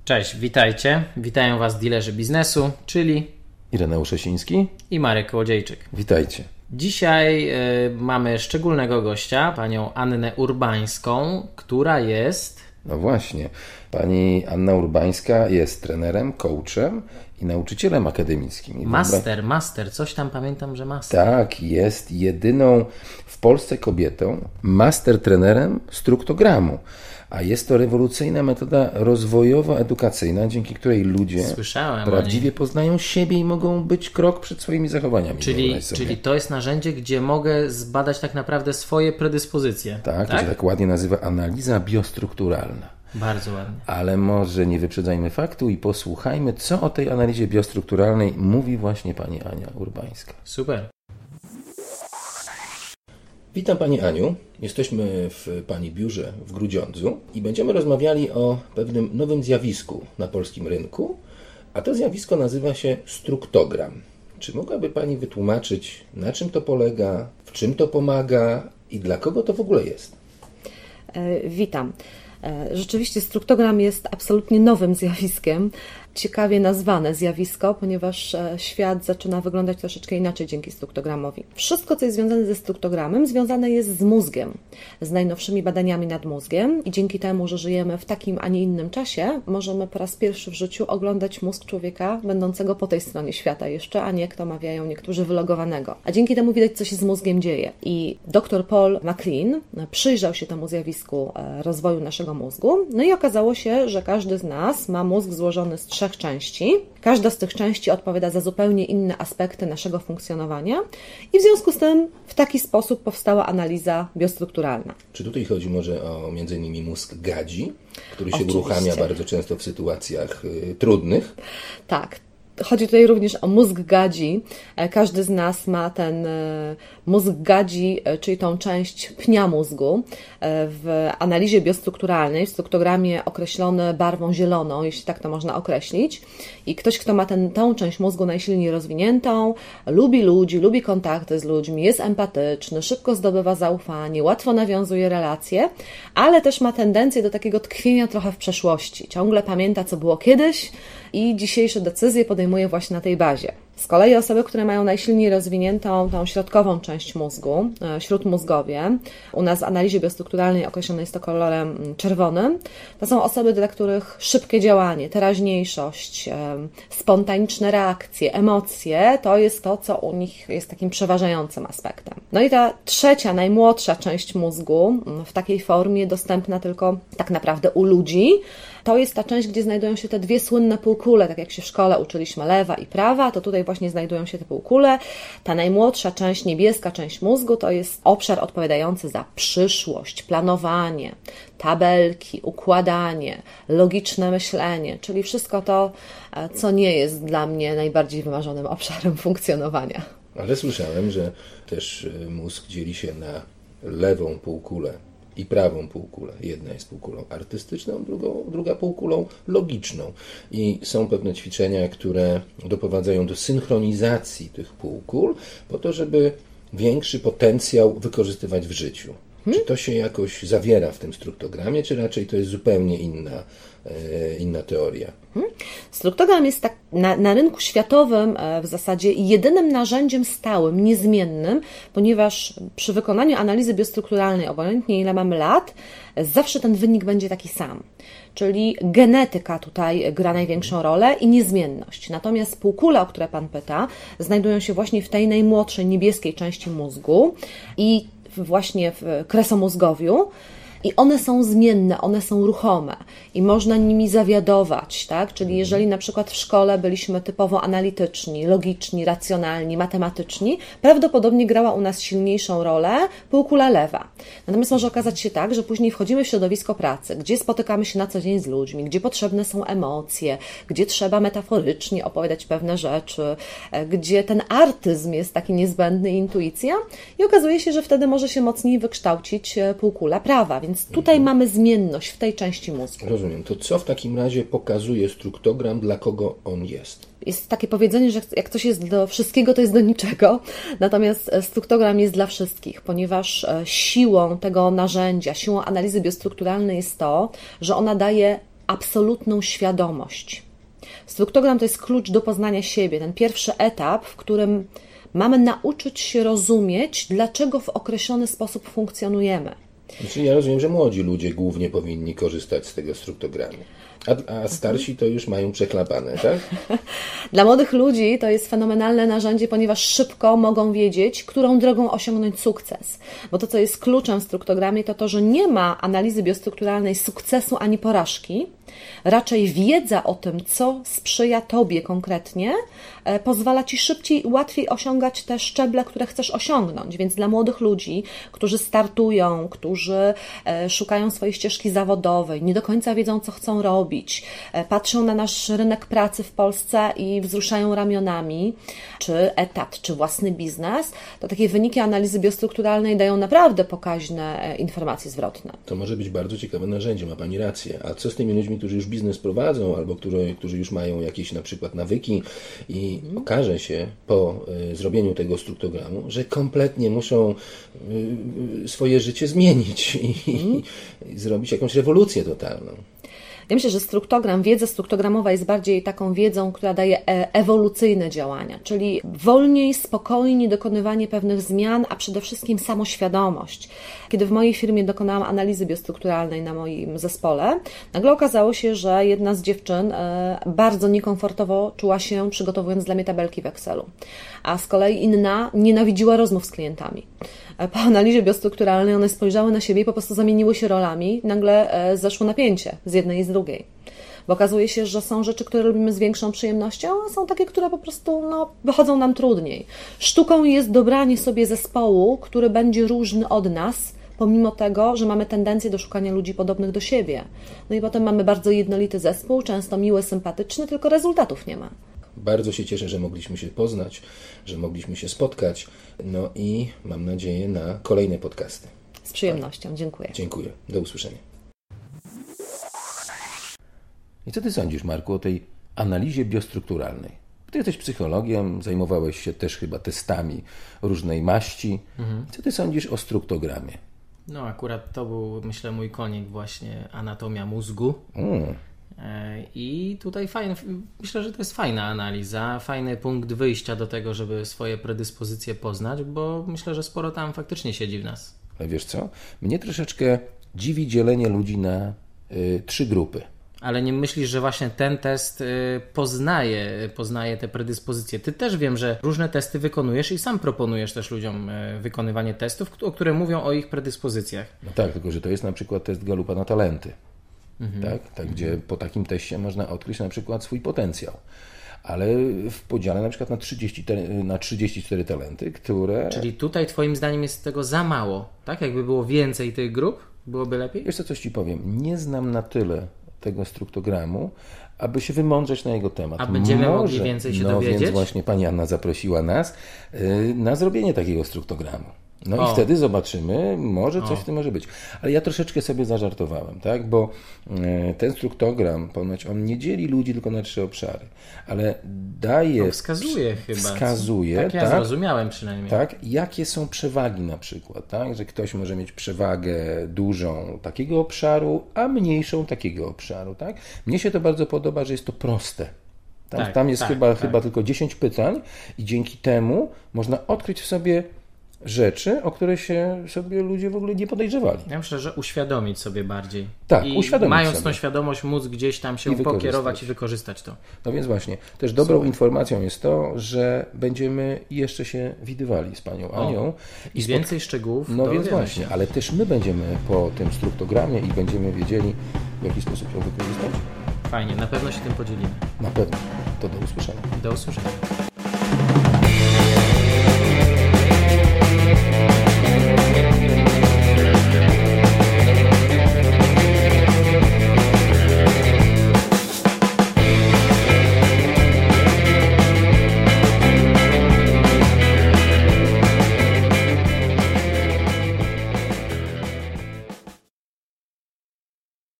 Cześć, witajcie. Witają Was dilerzy biznesu, czyli Ireneusz Osiński i Marek Kołodziejczyk. Witajcie. Dzisiaj mamy szczególnego gościa, panią Annę Urbańską, która jest... No właśnie, pani Anna Urbańska jest trenerem, coachem i nauczycielem akademickim. Master, coś tam pamiętam, że master. Tak, jest jedyną w Polsce kobietą master trenerem struktogramu. A jest to rewolucyjna metoda rozwojowo-edukacyjna, dzięki której ludzie prawdziwie poznają siebie i mogą być krok przed swoimi zachowaniami. Czyli to jest narzędzie, gdzie mogę zbadać tak naprawdę swoje predyspozycje. Tak, to się tak ładnie nazywa analiza biostrukturalna. Bardzo ładnie. Ale może nie wyprzedzajmy faktu i posłuchajmy, co o tej analizie biostrukturalnej mówi właśnie pani Ania Urbańska. Super. Witam Pani Aniu. Jesteśmy w Pani biurze w Grudziądzu i będziemy rozmawiali o pewnym nowym zjawisku na polskim rynku, a to zjawisko nazywa się struktogram. Czy mogłaby Pani wytłumaczyć, na czym to polega, w czym to pomaga i dla kogo to w ogóle jest? Witam. Rzeczywiście struktogram jest absolutnie nowym zjawiskiem. Ciekawie nazwane zjawisko, ponieważ świat zaczyna wyglądać troszeczkę inaczej dzięki struktogramowi. Wszystko, co jest związane ze struktogramem, związane jest z mózgiem, z najnowszymi badaniami nad mózgiem i dzięki temu, że żyjemy w takim, a nie innym czasie, możemy po raz pierwszy w życiu oglądać mózg człowieka będącego po tej stronie świata jeszcze, a nie, jak to mawiają niektórzy, wylogowanego. A dzięki temu widać, co się z mózgiem dzieje. I dr Paul MacLean przyjrzał się temu zjawisku rozwoju naszego mózgu, no i okazało się, że każdy z nas ma mózg złożony z 3 części. Każda z tych części odpowiada za zupełnie inne aspekty naszego funkcjonowania i w związku z tym w taki sposób powstała analiza biostrukturalna. Czy tutaj chodzi może o m.in. mózg gadzi, który się Oczywiście uruchamia bardzo często w sytuacjach trudnych? Tak. Chodzi tutaj również o mózg gadzi. Każdy z nas ma ten mózg gadzi, czyli tą część pnia mózgu. W analizie biostrukturalnej, w struktogramie określony barwą zieloną, jeśli tak to można określić. I ktoś, kto ma tą część mózgu najsilniej rozwiniętą, lubi ludzi, lubi kontakty z ludźmi, jest empatyczny, szybko zdobywa zaufanie, łatwo nawiązuje relacje, ale też ma tendencję do takiego tkwienia trochę w przeszłości. Ciągle pamięta, co było kiedyś i dzisiejsze decyzje podejmuje właśnie na tej bazie. Z kolei osoby, które mają najsilniej rozwiniętą tą środkową część mózgu, śródmózgowie, u nas w analizie biostrukturalnej określone jest to kolorem czerwonym, to są osoby, dla których szybkie działanie, teraźniejszość, spontaniczne reakcje, emocje, to jest to, co u nich jest takim przeważającym aspektem. No i ta trzecia, najmłodsza część mózgu w takiej formie dostępna tylko tak naprawdę u ludzi, to jest ta część, gdzie znajdują się te dwie słynne półkule, tak jak się w szkole uczyliśmy, lewa i prawa, to tutaj właśnie znajdują się te półkule. Ta najmłodsza część, niebieska część mózgu, to jest obszar odpowiadający za przyszłość, planowanie, tabelki, układanie, logiczne myślenie, czyli wszystko to, co nie jest dla mnie najbardziej wymarzonym obszarem funkcjonowania. Ale słyszałem, że też mózg dzieli się na lewą półkulę i prawą półkulę. Jedna jest półkulą artystyczną, druga półkulą logiczną. I są pewne ćwiczenia, które doprowadzają do synchronizacji tych półkul po to, żeby większy potencjał wykorzystywać w życiu. Czy to się jakoś zawiera w tym struktogramie, czy raczej to jest zupełnie inna teoria? Struktogram jest tak na rynku światowym w zasadzie jedynym narzędziem stałym, niezmiennym, ponieważ przy wykonaniu analizy biostrukturalnej, obojętnie ile mamy lat, zawsze ten wynik będzie taki sam. Czyli genetyka tutaj gra największą rolę i niezmienność. Natomiast półkule, o które Pan pyta, znajdują się właśnie w tej najmłodszej niebieskiej części mózgu i właśnie w kresomózgowiu. I one są zmienne, one są ruchome i można nimi zawiadować, tak? Czyli jeżeli na przykład w szkole byliśmy typowo analityczni, logiczni, racjonalni, matematyczni, prawdopodobnie grała u nas silniejszą rolę półkula lewa. Natomiast może okazać się tak, że później wchodzimy w środowisko pracy, gdzie spotykamy się na co dzień z ludźmi, gdzie potrzebne są emocje, gdzie trzeba metaforycznie opowiadać pewne rzeczy, gdzie ten artyzm jest taki niezbędny, intuicja i okazuje się, że wtedy może się mocniej wykształcić półkula prawa, więc tutaj mamy zmienność w tej części mózgu. Rozumiem. To co w takim razie pokazuje struktogram, dla kogo on jest? Jest takie powiedzenie, że jak coś jest do wszystkiego, to jest do niczego. Natomiast struktogram jest dla wszystkich, ponieważ siłą tego narzędzia, siłą analizy biostrukturalnej jest to, że ona daje absolutną świadomość. Struktogram to jest klucz do poznania siebie, ten pierwszy etap, w którym mamy nauczyć się rozumieć, dlaczego w określony sposób funkcjonujemy. Znaczy ja rozumiem, że młodzi ludzie głównie powinni korzystać z tego struktogramu. A starsi to już mają przeklapane, tak? Dla młodych ludzi to jest fenomenalne narzędzie, ponieważ szybko mogą wiedzieć, którą drogą osiągnąć sukces. Bo to, co jest kluczem w struktogramie, to to, że nie ma analizy biostrukturalnej sukcesu ani porażki. Raczej wiedza o tym, co sprzyja Tobie konkretnie, pozwala Ci szybciej i łatwiej osiągać te szczeble, które chcesz osiągnąć. Więc dla młodych ludzi, którzy startują, którzy szukają swojej ścieżki zawodowej, nie do końca wiedzą, co chcą robić, patrzą na nasz rynek pracy w Polsce i wzruszają ramionami, czy etat, czy własny biznes, to takie wyniki analizy biostrukturalnej dają naprawdę pokaźne informacje zwrotne. To może być bardzo ciekawe narzędzie, ma Pani rację. A co z tymi ludźmi, którzy już biznes prowadzą, albo którzy już mają jakieś na przykład nawyki i okaże się po zrobieniu tego struktogramu, że kompletnie muszą swoje życie zmienić i zrobić jakąś rewolucję totalną. Ja myślę, że wiedza struktogramowa jest bardziej taką wiedzą, która daje ewolucyjne działania, czyli wolniej, spokojnie dokonywanie pewnych zmian, a przede wszystkim samoświadomość. Kiedy w mojej firmie dokonałam analizy biostrukturalnej na moim zespole, nagle okazało się, że jedna z dziewczyn bardzo niekomfortowo czuła się, przygotowując dla mnie tabelki w Excelu, a z kolei inna nienawidziła rozmów z klientami. Po analizie biostrukturalnej one spojrzały na siebie i po prostu zamieniły się rolami. Nagle zeszło napięcie z jednej i z drugiej. Bo okazuje się, że są rzeczy, które robimy z większą przyjemnością, a są takie, które po prostu wychodzą nam trudniej. Sztuką jest dobranie sobie zespołu, który będzie różny od nas, pomimo tego, że mamy tendencję do szukania ludzi podobnych do siebie. No i potem mamy bardzo jednolity zespół, często miły, sympatyczny, tylko rezultatów nie ma. Bardzo się cieszę, że mogliśmy się poznać, że mogliśmy się spotkać. No i mam nadzieję na kolejne podcasty. Z przyjemnością. Dziękuję. Dziękuję. Do usłyszenia. I co Ty sądzisz, Marku, o tej analizie biostrukturalnej? Ty jesteś psychologiem, zajmowałeś się też chyba testami różnej maści. Co Ty sądzisz o struktogramie? No akurat to był, myślę, mój konik właśnie, anatomia mózgu. I tutaj myślę, że to jest fajna analiza, fajny punkt wyjścia do tego, żeby swoje predyspozycje poznać, bo myślę, że sporo tam faktycznie siedzi w nas. Ale wiesz co? Mnie troszeczkę dziwi dzielenie ludzi na 3 grupy. Ale nie myślisz, że właśnie ten test poznaje te predyspozycje? Ty też wiem, że różne testy wykonujesz i sam proponujesz też ludziom wykonywanie testów, które mówią o ich predyspozycjach. No tak, tylko że to jest na przykład test Galupa na talenty. Tak, gdzie po takim teście można odkryć na przykład swój potencjał. Ale w podziale na przykład na 34 talenty, które... Czyli tutaj twoim zdaniem jest tego za mało, tak? Jakby było więcej tych grup, byłoby lepiej? Wiesz co, coś Ci powiem. Nie znam na tyle tego struktogramu, aby się wymądrzeć na jego temat. A będziemy mogli więcej się dowiedzieć? Więc właśnie Pani Anna zaprosiła nas na zrobienie takiego struktogramu. No i wtedy zobaczymy, może coś w tym może być. Ale ja troszeczkę sobie zażartowałem, tak? Bo ten struktogram, ponoć on nie dzieli ludzi tylko na 3 obszary, ale daje... Wskazuje chyba. Wskazuje, tak? Ja zrozumiałem przynajmniej. Tak, jakie są przewagi na przykład, tak? Że ktoś może mieć przewagę dużą takiego obszaru, a mniejszą takiego obszaru, tak? Mnie się to bardzo podoba, że jest to proste. Tam jest chyba tylko 10 pytań i dzięki temu można odkryć w sobie rzeczy, o które się sobie ludzie w ogóle nie podejrzewali. Ja myślę, że uświadomić sobie bardziej. Tak, i uświadomić mając sobie. Tą świadomość, móc gdzieś tam się pokierować i wykorzystać to. No więc właśnie, też dobrą informacją jest to, że będziemy jeszcze się widywali z Panią Anią. I więcej szczegółów. No więc właśnie, ale też my będziemy po tym struktogramie i będziemy wiedzieli, w jaki sposób ją wykorzystać. Fajnie, na pewno się tym podzielimy. Na pewno. To do usłyszenia. Do usłyszenia.